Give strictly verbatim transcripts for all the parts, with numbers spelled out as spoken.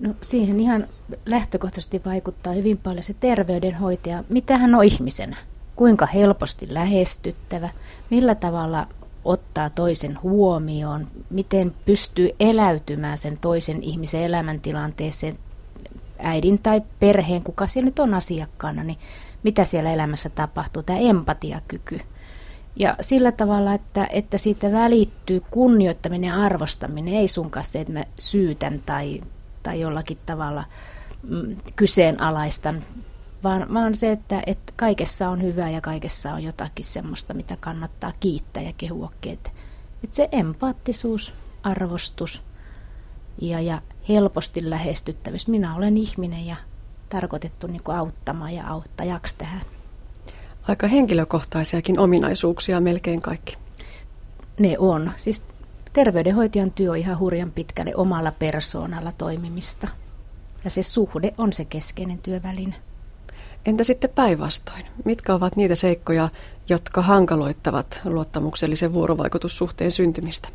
No siihen ihan lähtökohtaisesti vaikuttaa hyvin paljon se terveydenhoitaja. Mitä hän on ihmisenä? Kuinka helposti lähestyttävä? Millä tavalla ottaa toisen huomioon? Miten pystyy eläytymään sen toisen ihmisen elämäntilanteeseen? Äidin tai perheen, kuka siellä nyt on asiakkaana, niin mitä siellä elämässä tapahtuu? Tämä empatiakyky. Ja sillä tavalla, että, että siitä välittyy kunnioittaminen ja arvostaminen, ei sunkaan se, että mä syytän tai, tai jollakin tavalla mm, kyseenalaistan, vaan, vaan se, että, että kaikessa on hyvää ja kaikessa on jotakin semmoista, mitä kannattaa kiittää ja kehuakin. Että, että se empaattisuus, arvostus ja, ja helposti lähestyttävyys. Minä olen ihminen ja tarkoitettu niin kuin auttamaan ja auttajaksi tähän. Aika henkilökohtaisiakin ominaisuuksia melkein kaikki. Ne on. Siis terveydenhoitajan työ on ihan hurjan pitkälle omalla persoonalla toimimista. Ja se suhde on se keskeinen työväline. Entä sitten päinvastoin? Mitkä ovat niitä seikkoja, jotka hankaloittavat luottamuksellisen vuorovaikutussuhteen syntymistä?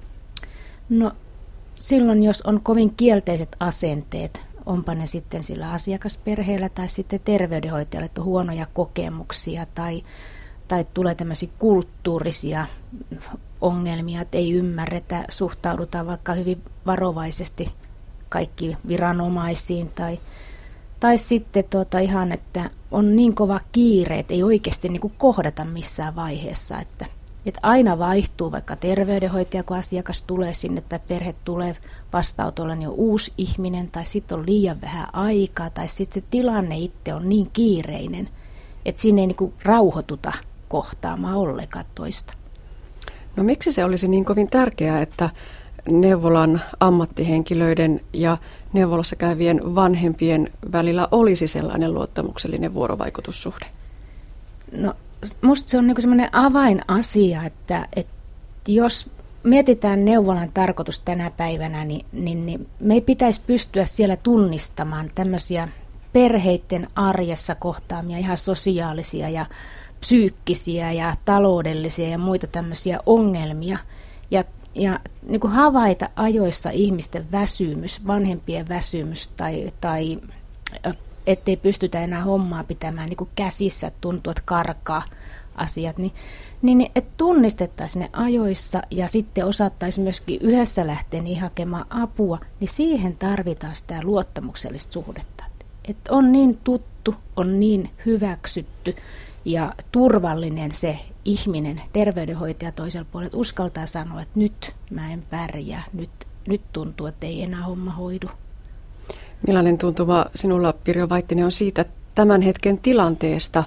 No silloin, jos on kovin kielteiset asenteet, onpa ne sitten sillä asiakasperheellä tai sitten terveydenhoitajalle, että on huonoja kokemuksia tai, tai tulee tämmöisiä kulttuurisia ongelmia, että ei ymmärretä, suhtaudutaan vaikka hyvin varovaisesti kaikki viranomaisiin tai, tai sitten tuota ihan, että on niin kova kiire, että ei oikeasti niin kuin kohdata missään vaiheessa, että Että aina vaihtuu vaikka terveydenhoitaja, kun asiakas tulee sinne tai perhe tulee vastaanotolle, niin on uusi ihminen tai sitten on liian vähän aikaa tai sitten se tilanne itse on niin kiireinen, että siinä ei niinku rauhoituta kohtaamaan ollenkaan toista. No miksi se olisi niin kovin tärkeää, että neuvolan ammattihenkilöiden ja neuvolassa käyvien vanhempien välillä olisi sellainen luottamuksellinen vuorovaikutussuhde? No musta se on niinku semmoinen avainasia, että, että jos mietitään neuvolan tarkoitus tänä päivänä, niin, niin, niin me ei pitäisi pystyä siellä tunnistamaan tämmöisiä perheiden arjessa kohtaamia ihan sosiaalisia ja psyykkisiä ja taloudellisia ja muita tämmöisiä ongelmia. Ja, ja niin kuin havaita ajoissa ihmisten väsymys, vanhempien väsymys tai, tai ettei pystytä enää hommaa pitämään niin kuin käsissä, tuntuu, että karkaa asiat, niin, niin että tunnistettaisiin ne ajoissa ja sitten osattaisiin myöskin yhdessä lähteä niin hakemaan apua, niin siihen tarvitaan sitä luottamuksellista suhdetta. Että on niin tuttu, on niin hyväksytty ja turvallinen se ihminen, terveydenhoitaja toisella puolella, että uskaltaa sanoa, että nyt mä en pärjää, nyt, nyt tuntuu, että ei enää homma hoidu. Millainen tuntuma sinulla, Pirjo Vaittinen, on siitä tämän hetken tilanteesta,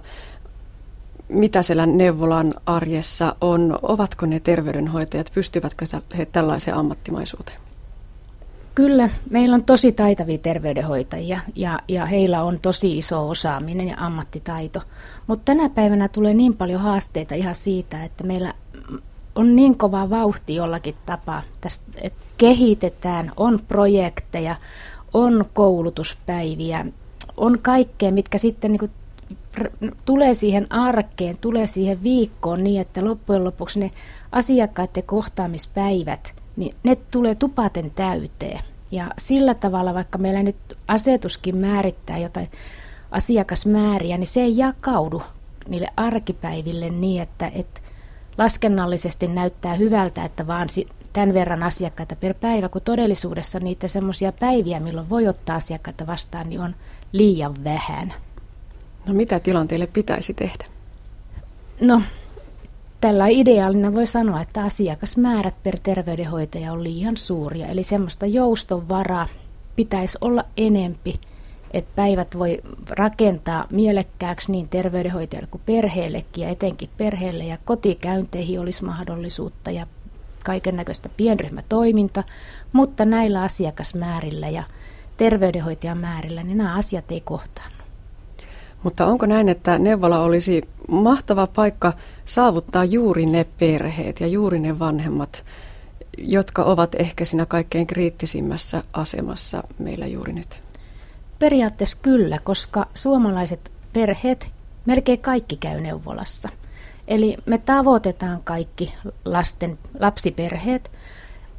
mitä siellä neuvolan arjessa on? Ovatko ne terveydenhoitajat, pystyvätkö he tällaiseen ammattimaisuuteen? Kyllä, meillä on tosi taitavia terveydenhoitajia ja, ja heillä on tosi iso osaaminen ja ammattitaito. Mutta tänä päivänä tulee niin paljon haasteita ihan siitä, että meillä on niin kova vauhti jollakin tapaa, tästä, että kehitetään, on projekteja, on koulutuspäiviä, on kaikkea, mitkä sitten niin kuin tulee siihen arkeen, tulee siihen viikkoon niin, että loppujen lopuksi ne asiakkaiden kohtaamispäivät, niin ne tulee tupaten täyteen. Ja sillä tavalla, vaikka meillä nyt asetuskin määrittää jotain asiakasmääriä, niin se ei jakaudu niille arkipäiville niin, että, että laskennallisesti näyttää hyvältä, että vaan tämän verran asiakkaita per päivä, kun todellisuudessa niitä semmoisia päiviä, milloin voi ottaa asiakkaita vastaan, niin on liian vähän. No mitä tilanteelle pitäisi tehdä? No tällä ideaalina voi sanoa, että asiakasmäärät per terveydenhoitaja on liian suuria. Eli semmoista jouston varaa pitäisi olla enempi, että päivät voi rakentaa mielekkääksi niin terveydenhoitajalle kuin perheellekin ja etenkin perheelle ja kotikäynteihin olisi mahdollisuutta ja kaiken näköistä pienryhmätoiminta, mutta näillä asiakasmäärillä ja terveydenhoitajan määrillä niin nämä asiat ei kohtaannu. Mutta onko näin, että neuvola olisi mahtava paikka saavuttaa juuri ne perheet ja juuri ne vanhemmat, jotka ovat ehkä siinä kaikkein kriittisimmässä asemassa meillä juuri nyt? Periaatteessa kyllä, koska suomalaiset perheet, melkein kaikki käy neuvolassa. Eli me tavoitetaan kaikki lasten, lapsiperheet,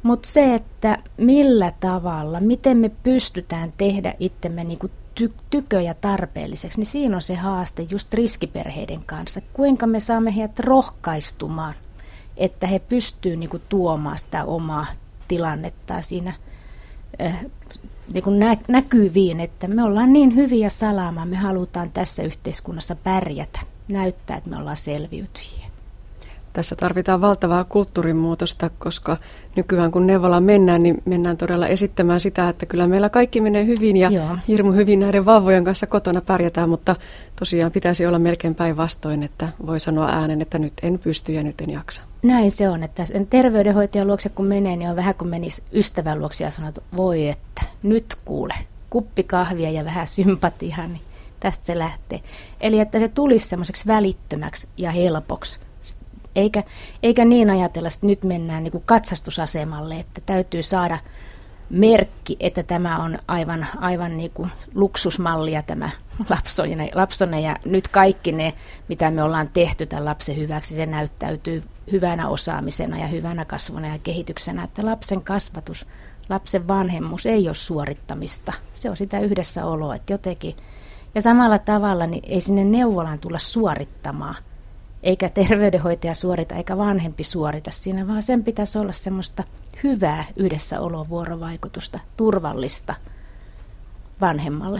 Mutta se, että millä tavalla, miten me pystytään tehdä itsemme niinku ty- tyköjä tarpeelliseksi, niin siinä on se haaste just riskiperheiden kanssa. Kuinka me saamme heidät rohkaistumaan, että he pystyvät niinku tuomaan sitä omaa tilannettaan siinä äh, niinku nä- näkyviin, että me ollaan niin hyviä salaamaan, me halutaan tässä yhteiskunnassa pärjätä, näyttää, että me ollaan selviytyjiä. Tässä tarvitaan valtavaa kulttuurinmuutosta, koska nykyään kun neuvolaan mennään, niin mennään todella esittämään sitä, että kyllä meillä kaikki menee hyvin ja Joo. hirmu hyvin näiden vauvojen kanssa kotona pärjätään, mutta tosiaan pitäisi olla melkein päinvastoin, että voi sanoa äänen, että nyt en pysty ja nyt en jaksa. Näin se on, että terveydenhoitajan luokse kun menee, niin on vähän kuin menisi ystävän luokse ja sanoo, että voi että nyt kuule, kuppi kahvia ja vähän sympatiaa, niin tästä se lähtee. Eli että se tulisi semmoiseksi välittömäksi ja helpoksi. Eikä, eikä niin ajatella, että nyt mennään niin kuin katsastusasemalle, että täytyy saada merkki, että tämä on aivan, aivan niin kuin luksusmallia tämä lapsone, lapsone. Ja nyt kaikki ne, mitä me ollaan tehty tämän lapsen hyväksi, se näyttäytyy hyvänä osaamisena ja hyvänä kasvuna ja kehityksenä. Että lapsen kasvatus, lapsen vanhemmuus ei ole suorittamista. Se on sitä yhdessäoloa, että jotenkin. Ja samalla tavalla niin ei sinne neuvolaan tulla suorittamaan. Eikä terveydenhoitaja suorita, eikä vanhempi suorita siinä, vaan sen pitäisi olla semmoista hyvää yhdessäoloa, vuorovaikutusta, turvallista vanhemmalle.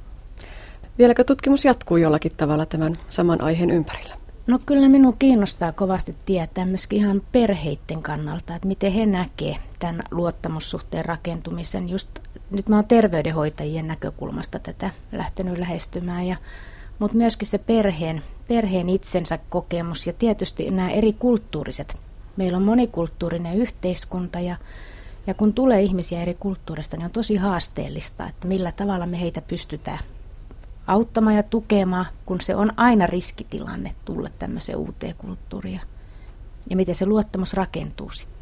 Vieläkö tutkimus jatkuu jollakin tavalla tämän saman aiheen ympärillä? No kyllä minua kiinnostaa kovasti tietää myöskin ihan perheiden kannalta, että miten he näkee tämän luottamussuhteen rakentumisen. Just nyt mä oon terveydenhoitajien näkökulmasta tätä lähtenyt lähestymään, ja, mutta myöskin se perheen, perheen itsensä kokemus ja tietysti nämä eri kulttuuriset. Meillä on monikulttuurinen yhteiskunta ja, ja kun tulee ihmisiä eri kulttuurista, niin on tosi haasteellista, että millä tavalla me heitä pystytään auttamaan ja tukemaan, kun se on aina riskitilanne tulla tämmöiseen uuteen kulttuuriin ja miten se luottamus rakentuu sitten.